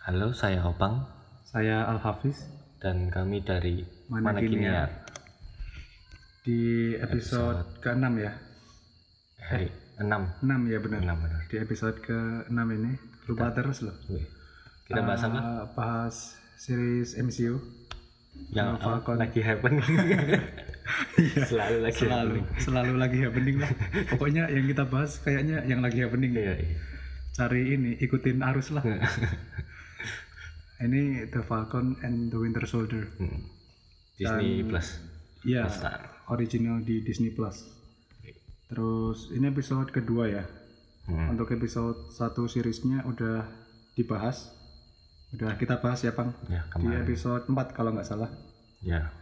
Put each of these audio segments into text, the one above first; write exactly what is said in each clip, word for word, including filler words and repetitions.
Halo, saya Opang Saya Al-Hafiz dan kami dari Mana Mana Kini ya? Kiniar. Di episode ke-enam ya? Hari enam. enam ya benar. enam benar. Di episode ke-enam ini lupa terus loh. Wih, Kita bahas apa? Eh, bahas series M C U Yang Nah, Falcon. lagi happening. Selalu lagi selalu selalu lagi happening lah. Pokoknya yang kita bahas kayaknya yang lagi happening. Iya, iya. Cari ini, ikutin arus lah. Ini The Falcon and the Winter Soldier. Hmm. Disney Plus. Iya, Star. original di Disney Plus. Terus ini episode kedua ya. Hmm. Untuk episode satu seriesnya udah dibahas. Udah kita bahas ya, Pang. Ya, Di kemarin. episode empat kalau nggak salah. Ya.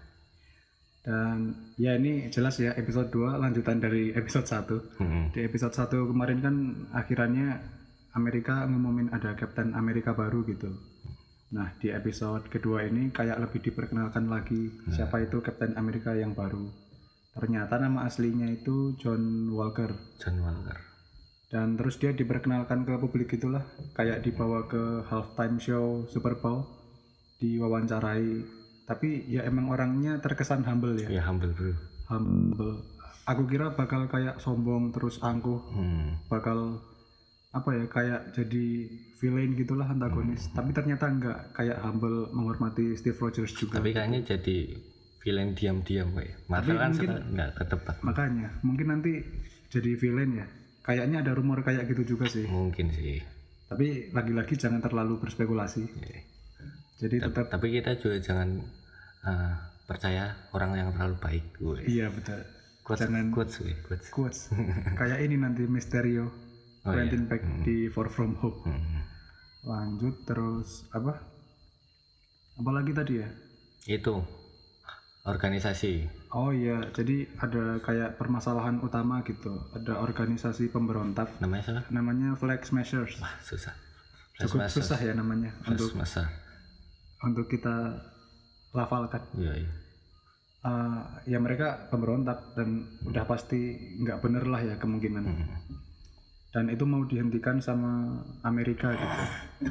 Dan ya ini jelas ya episode dua lanjutan dari episode satu. Hmm. Di episode satu kemarin kan akhirannya Amerika ngumumin ada Captain Amerika baru gitu. Nah, di episode kedua ini kayak lebih diperkenalkan lagi siapa itu Captain Amerika yang baru. Ternyata nama aslinya itu John Walker. John Walker. Dan terus dia diperkenalkan ke publik itulah, kayak dibawa ke halftime show Super Bowl, diwawancarai. Tapi ya emang orangnya terkesan humble ya. Ya, humble bro. Humble. Aku kira bakal kayak sombong terus angkuh, Hmm. bakal apa ya kayak jadi villain gitulah antagonis. Tapi ternyata enggak, kayak humble, menghormati Steve Rogers juga. Tapi kayaknya jadi villain diam-diam kayak. Marvel kan mungkin- suka nggak ketebak. Makanya mungkin nanti jadi villain ya. Kayaknya ada rumor kayak gitu juga sih. Mungkin sih. Tapi lagi-lagi jangan terlalu berspekulasi. Iya. Jadi tetap Tapi kita juga jangan uh, percaya orang yang terlalu baik. Gue. iya betul. Quotes, Jangan quotes, gue, quotes. quotes. Kayak ini nanti Mysterio, Oh, Quentin Beck di Far From Home. Hmm. Lanjut terus apa? Apalagi tadi ya? Itu organisasi. Oh iya, jadi ada kayak permasalahan utama gitu. Ada organisasi pemberontak Namanya siapa? namanya Flag Smashers. Wah, susah. Cukup susah ya namanya untuk Untuk masa. untuk kita lafalkan. Iya, iya. Uh, ya mereka pemberontak dan udah pasti nggak bener lah ya kemungkinan. Dan itu mau dihentikan sama Amerika gitu.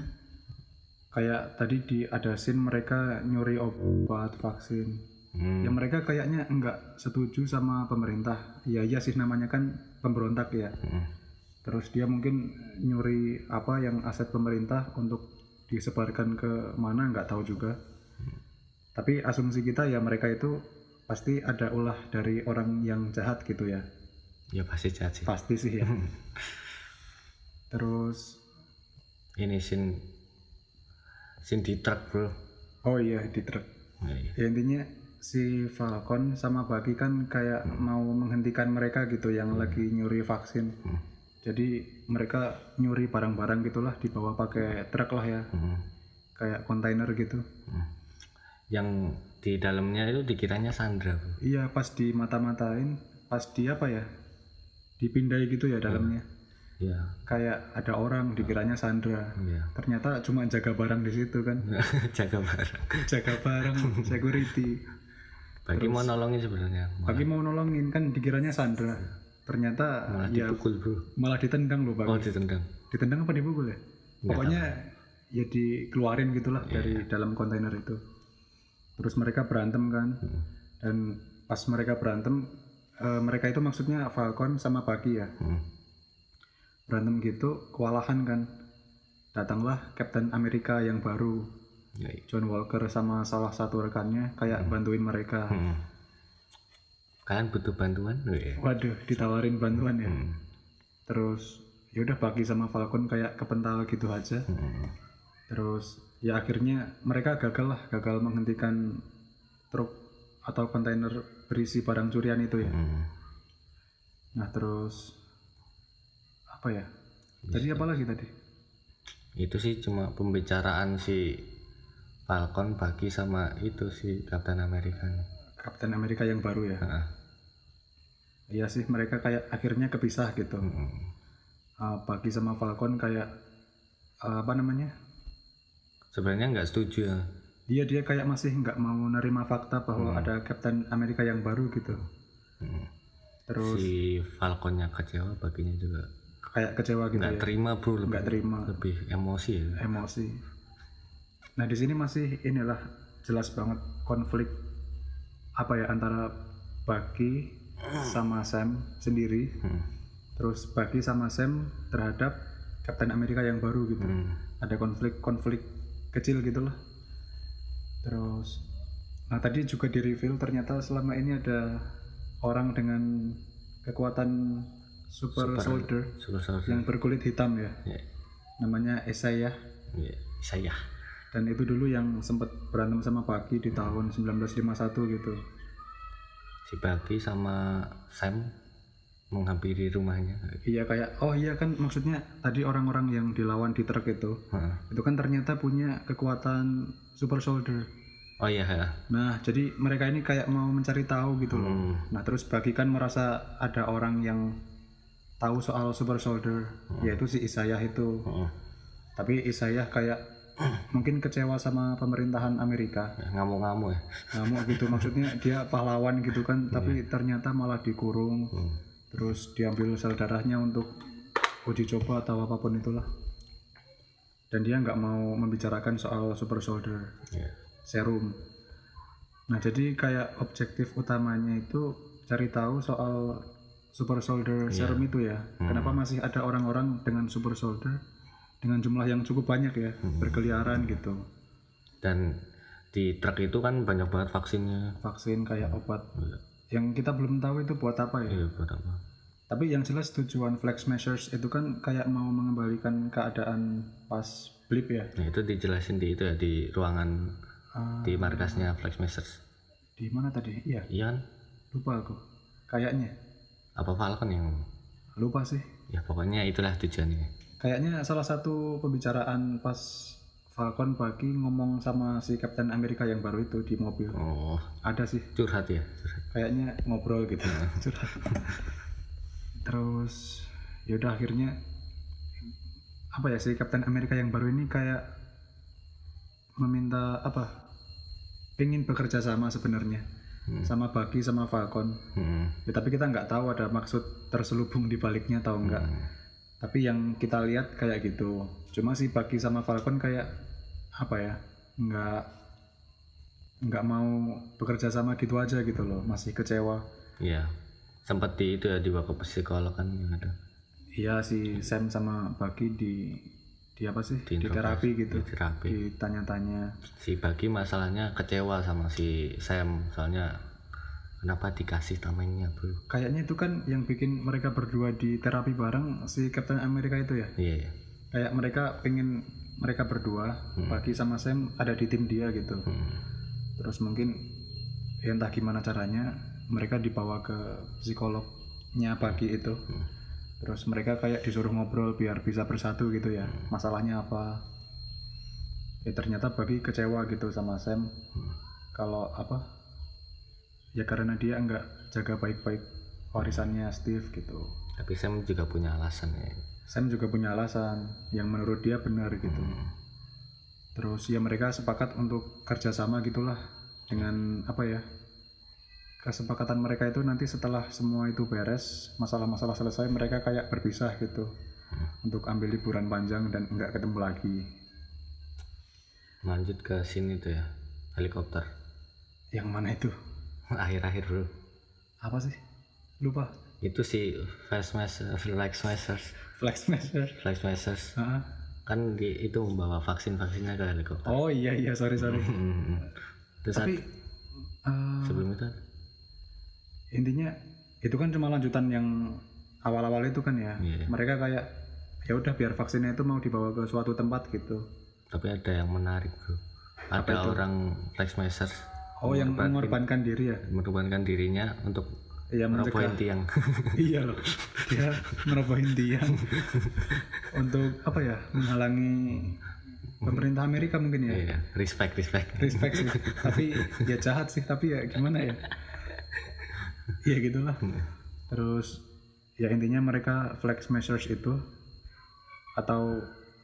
Kayak tadi di ada scene mereka nyuri obat vaksin. Hmm. Ya mereka kayaknya nggak setuju sama pemerintah. Ya iya sih namanya kan pemberontak ya. Hmm. Terus dia mungkin nyuri apa yang aset pemerintah untuk disebarkan ke mana nggak tahu juga. Tapi asumsi kita ya mereka itu pasti ada ulah dari orang yang jahat gitu ya. Ya pasti jahat sih. Pasti sih ya. Terus Ini scene scene di truk bro. oh iya di truk. Iya, iya. Ya intinya si Falcon sama Bucky kan kayak mau menghentikan mereka gitu yang lagi nyuri vaksin. Hmm. Jadi mereka nyuri barang-barang gitulah dibawa pakai truk lah ya. Hmm. Kayak kontainer gitu. Hmm. Yang di dalamnya itu dikiranya Sandra bro. Iya pas di mata-matain, pas di apa ya? Dipindai gitu ya dalamnya. Iya. Kayak ada orang dikiranya Sandra. Iya. Ternyata cuma jaga barang di situ kan. Jaga barang. Jaga barang security. Bagi mau nolongin sebenarnya. Bagi mau nolongin kan dikiranya Sandra. Ternyata Malah ya dipukul bro. malah ditendang loh Bagi. Oh ditendang. Ditendang apa dipukul ya? Pokoknya ya dikeluarin gitulah Iya. dari dalam kontainer itu. Terus mereka berantem kan. Hmm. Dan pas mereka berantem eh, mereka itu maksudnya Falcon sama Bucky ya. Hmm. Berantem gitu kewalahan kan. Datanglah Captain Amerika yang baru, Ya, iya. John Walker sama salah satu rekannya kayak bantuin mereka. Hmm. Kalian butuh bantuan? Iya. Waduh, ditawarin bantuan ya. Hmm. Terus ya udah Bucky sama Falcon kayak kepental gitu aja. Hmm. Terus ya akhirnya mereka gagal lah, gagal menghentikan truk atau kontainer berisi barang curian itu ya. Hmm. Nah terus apa ya? Tadi apa lagi tadi? Itu sih cuma pembicaraan si Falcon, Bucky sama itu si Captain America. Captain Amerika yang baru ya. Heeh. Iya sih mereka kayak akhirnya kepisah gitu. Hmm. Uh, Bucky sama Falcon kayak uh, apa namanya? Sebenarnya nggak setuju ya. Dia dia kayak masih nggak mau menerima fakta bahwa ada Captain Amerika yang baru gitu. Hmm. Terus Si Falconnya kecewa, Bucky-nya juga kayak kecewa gitu nggak ya. terima bro, lebih, Nggak terima lebih emosi ya. emosi. Nah di sini masih inilah jelas banget konflik apa ya antara Bucky sama Sam sendiri, Hmm. terus Bucky sama Sam terhadap Captain America yang baru gitu. Hmm. Ada konflik-konflik kecil gitulah. Terus, nah tadi juga di reveal ternyata selama ini ada orang dengan kekuatan super, soldier Super Soldier. yang berkulit hitam ya, Ya, namanya Isaiah. ya, saya. Dan itu dulu yang sempat berantem sama Bucky di tahun sembilan belas lima puluh satu gitu. Si Bucky sama Sam menghampiri rumahnya. Iya kayak, oh iya kan maksudnya tadi orang-orang yang dilawan di truk itu, Heeh. itu kan ternyata punya kekuatan super soldier. Oh iya, heeh. Nah jadi mereka ini kayak mau mencari tahu gitu loh. Hmm. Nah terus Bucky kan merasa ada orang yang tahu soal super soldier, yaitu si Isaiah itu. Heeh. Tapi Isaiah kayak mungkin kecewa sama pemerintahan Amerika, Ya, ngamuk-ngamuk ya. ngamuk gitu, maksudnya dia pahlawan gitu kan, tapi ternyata malah dikurung, Hmm. terus diambil sel darahnya untuk uji coba atau apapun itulah. Dan dia nggak mau membicarakan soal super soldier Ya. serum. Nah jadi kayak objektif utamanya itu cari tahu soal super soldier serum itu ya. Kenapa masih ada orang-orang dengan super soldier dengan jumlah yang cukup banyak ya, berkeliaran gitu. Dan di truk itu kan banyak banget vaksinnya. Vaksin kayak obat. Yang kita belum tahu itu buat apa ya. Iya, buat apa? Tapi yang jelas tujuan Flag Smashers itu kan kayak mau mengembalikan keadaan pas blip ya. Nah, itu dijelasin di itu ya, di ruangan Ah, di markasnya Flag Smashers. di mana tadi? Iya, Iya kan? lupa aku. Kayaknya. Apa Falcon yang Lupa sih. ya pokoknya itulah tujuannya. Kayaknya salah satu pembicaraan pas Falcon Bucky ngomong sama si Captain America yang baru itu di mobil. Oh, Ada sih. curhat ya, curhat. Kayaknya ngobrol gitu. Curhat. Terus yaudah akhirnya apa ya si Captain America yang baru ini kayak meminta apa? Pengen bekerja sama sebenarnya sama Bucky sama Falcon. Hmm. Ya, tapi kita nggak tahu ada maksud terselubung di baliknya atau enggak. Tapi yang kita lihat kayak gitu. Cuma si Bucky sama Falcon kayak apa ya? Nggak nggak mau bekerja sama gitu aja gitu loh. Masih kecewa. Iya. Sempat di itu ya, dibawa ke psikolog kan yang ada. Iya si Sam sama Bucky di di apa sih? Di, Di terapi gitu. Di terapi. Ditanya-tanya. Si Bucky masalahnya kecewa sama si Sam, soalnya kenapa dikasih tamengnya bro. Kayaknya itu kan yang bikin mereka berdua di terapi bareng si Captain America itu ya. Iya, iya. Kayak mereka pengen mereka berdua, Bucky sama Sam ada di tim dia gitu. Hmm. Terus mungkin ya entah gimana caranya mereka dibawa ke psikolognya Bucky itu. Terus mereka kayak disuruh ngobrol biar bisa bersatu gitu ya. Masalahnya apa? Ya ternyata Bucky kecewa gitu sama Sam. Kalau apa? Ya karena dia nggak jaga baik-baik warisannya Steve gitu. Tapi Sam juga punya alasan ya. Sam juga punya alasan yang menurut dia benar gitu. Terus ya mereka sepakat untuk kerjasama gitulah dengan apa ya? Kesepakatan mereka itu nanti setelah semua itu beres, masalah-masalah selesai, mereka kayak berpisah gitu untuk ambil liburan panjang dan nggak ketemu lagi. Lanjut ke sini tuh ya, helikopter. Yang mana itu? Akhir-akhir bro. Apa sih? Lupa. Itu si Flag Smashers, Flag Smashers, Flag Smasher. Flag Smashers. Ah. Kan di, itu membawa vaksin-vaksinnya ke helikopter. Oh iya iya sorry sorry. Hmm. Terus Tapi saat- eh, sebelum itu intinya itu kan cuma lanjutan yang awal-awal itu kan ya. Iya. Mereka kayak ya udah biar vaksinnya itu mau dibawa ke suatu tempat gitu. tapi ada yang menarik bro. Ada orang Flag Smashers Oh yang mengorbankan diri ya? mengorbankan dirinya untuk Iya merobohin mencegah. tiang. Iya loh. Dia merobohin tiang untuk apa ya? Menghalangi pemerintah Amerika mungkin ya. Iya, respect, respect. Respect sih. Tapi ya jahat sih. Tapi ya gimana ya? Iya gitulah. Terus ya intinya mereka Flag Smashers itu atau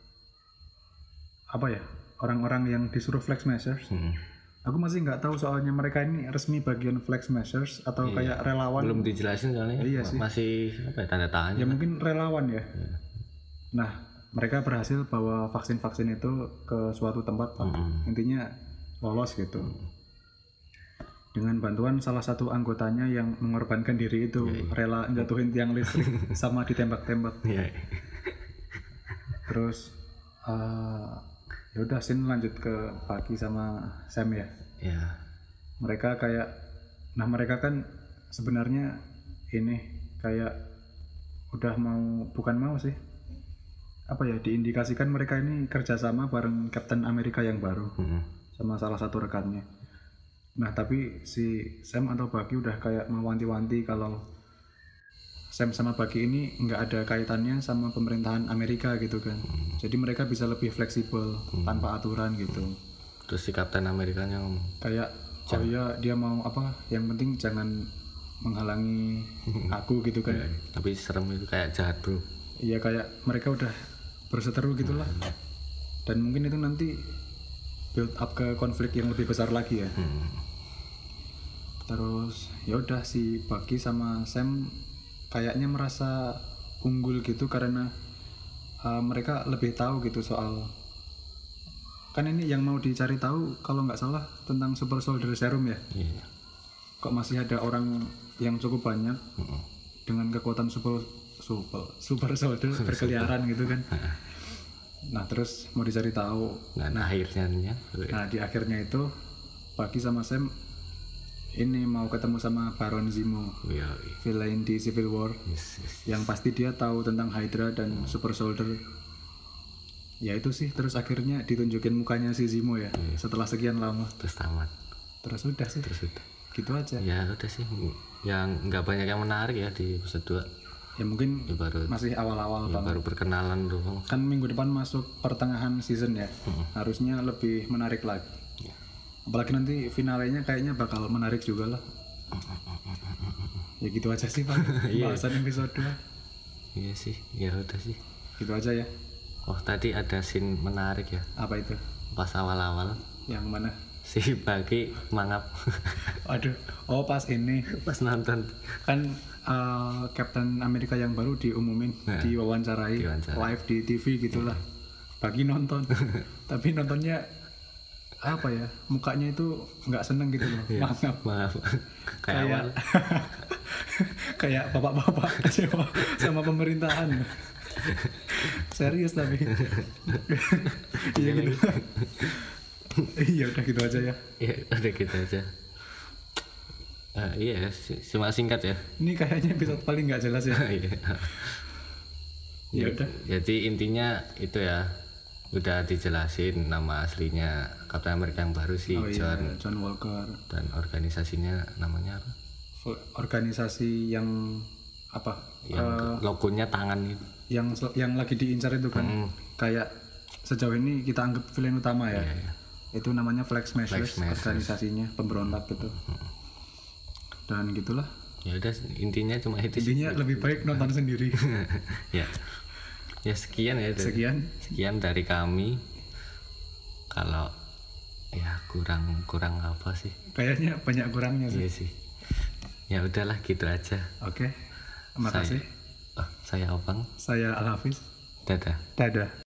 apa ya? Orang-orang yang disuruh Flag Smashers. Hmm. Aku masih nggak tahu soalnya mereka ini resmi bagian Flag Smashers atau kayak relawan. Belum dijelasin soalnya. Iya sih. Masih apa ya, tanda tanya. Ya mungkin relawan ya. Nah mereka berhasil bawa vaksin-vaksin itu ke suatu tempat Pak. Mm-mm. Intinya lolos gitu. Dengan bantuan salah satu anggotanya yang mengorbankan diri itu, rela jatuhin tiang listrik sama ditembak-tembak. Iya. Terus uh, ya udah Sin lanjut ke Bucky sama Sam ya. Ya. Mereka kayak, nah mereka kan sebenarnya ini kayak udah mau, bukan mau sih, apa ya, diindikasikan mereka ini kerjasama bareng Captain America yang baru Mm-mm. sama salah satu rekannya. Nah tapi si Sam atau Bucky udah kayak mewanti-wanti kalau Sam sama Bucky ini nggak ada kaitannya sama pemerintahan Amerika gitu kan. Jadi mereka bisa lebih fleksibel tanpa aturan gitu. Terus si Kapten Amerikanya ngomong, Kayak oh iya dia mau apa, yang penting jangan menghalangi aku gitu kan. tapi serem itu kayak jahat bro. Iya kayak mereka udah berseteru gitulah. Dan mungkin itu nanti build up ke konflik yang lebih besar lagi ya. Hmm. Terus ya udah si Bucky sama Sam kayaknya merasa unggul gitu karena uh, mereka lebih tahu gitu soal, kan ini yang mau dicari tahu kalau nggak salah tentang Super Soldier Serum ya. Iya. Kok masih ada orang yang cukup banyak Mm-mm. dengan kekuatan super super super soldier berkeliaran gitu kan. Nah terus mau dicari tahu. Dan akhirnya Nah di akhirnya itu Bucky sama Sam ini mau ketemu sama Baron Zemo, iya, villain di Civil War, yes, yes. yang pasti dia tahu tentang Hydra dan Super Soldier. Ya itu sih, terus akhirnya ditunjukin mukanya si Zemo ya, setelah sekian lama. Terus tamat. Terus udah sih, Terus udah. gitu aja. Ya udah sih, yang nggak banyak yang menarik ya di episode dua. Ya mungkin Ya, baru masih awal-awal ya, banget. baru perkenalan doang. Kan minggu depan masuk pertengahan season ya, harusnya lebih menarik lagi. Ya. Apalagi nanti finalenya kayaknya bakal menarik juga lah. Ya gitu aja sih Pak, bahasan episode dua. Iya sih, ya udah sih. Gitu aja ya. Oh tadi ada scene menarik ya, Apa itu? pas awal-awal Yang mana? si Bucky mangap. Aduh, oh pas ini Pas nonton. kan uh, Captain America yang baru diumumin, diwawancarai Diwawancara. live di T V gitulah. Bagi nonton, tapi nontonnya apa ya? Mukanya itu nggak seneng gitu loh, mangap. Maaf. Kayak awal. Kayak bapak-bapak kecewa sama pemerintahan. Serius tapi. Iya gitu. Iya udah gitu aja ya. Ya udah gitu aja. Uh, iya, si- cuma singkat ya. Ini kayaknya episode paling nggak jelas ya. Iya. Ya udah. Jadi intinya itu ya, udah dijelasin nama aslinya Captain America yang baru si Oh iya, John, John Walker. dan organisasinya namanya apa? Organisasi yang apa? Yang Eh, logonya tangan itu. yang yang lagi diincar itu kan. Hmm. Kayak sejauh ini kita anggap villain utama ya. Iya, iya. Itu namanya Flag Smashers, Flag Smashers. organisasinya pemberontak gitu. Dan gitulah. Ya udah intinya cuma itu sih. Intinya lebih baik nonton sendiri. Ya. Ya sekian ya dari, Sekian. sekian dari kami. Kalau ya kurang kurang apa sih? Kayaknya banyak kurangnya sih. Iya sih. Ya udahlah gitu aja. Oke. Terima kasih. Oh, saya Opang. Saya Al Hafiz. Dadah. Dadah.